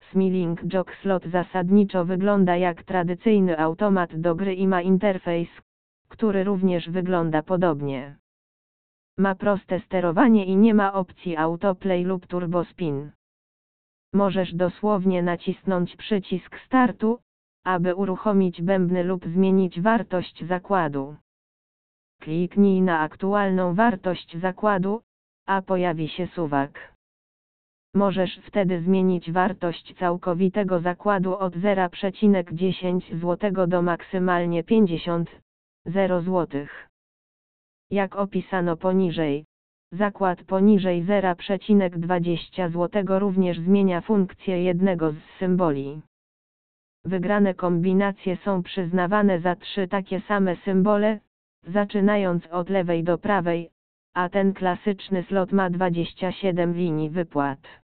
Smiling Jog Slot zasadniczo wygląda jak tradycyjny automat do gry i ma interfejs, który również wygląda podobnie. Ma proste sterowanie i nie ma opcji autoplay lub turbo spin. Możesz dosłownie nacisnąć przycisk startu, aby uruchomić bębny lub zmienić wartość zakładu. Kliknij na aktualną wartość zakładu, a pojawi się suwak. Możesz wtedy zmienić wartość całkowitego zakładu od 0,10 zł do maksymalnie 50,0 zł. Jak opisano poniżej, zakład poniżej 0,20 zł również zmienia funkcję jednego z symboli. Wygrane kombinacje są przyznawane za 3 takie same symbole, zaczynając od lewej do prawej, a ten klasyczny slot ma 27 linii wypłat.